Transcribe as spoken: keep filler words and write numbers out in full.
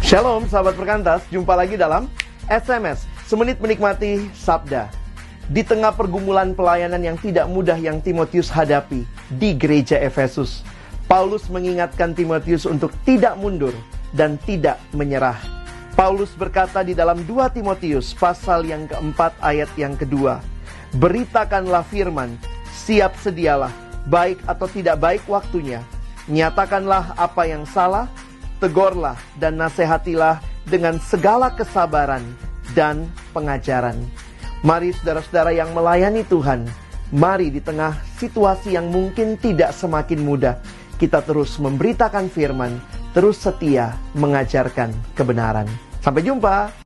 Shalom sahabat perkantas, jumpa lagi dalam S M S Semenit Menikmati Sabda. Di tengah pergumulan pelayanan yang tidak mudah yang Timotius hadapi di gereja Efesus, Paulus mengingatkan Timotius untuk tidak mundur dan tidak menyerah. Paulus berkata di dalam dua Timotius pasal yang keempat ayat yang kedua, "Beritakanlah firman, siap sedialah, baik atau tidak baik waktunya. Nyatakanlah apa yang salah, tegurlah dan nasihatilah dengan segala kesabaran dan pengajaran." Mari saudara-saudara yang melayani Tuhan, mari di tengah situasi yang mungkin tidak semakin mudah, kita terus memberitakan firman, terus setia mengajarkan kebenaran. Sampai jumpa.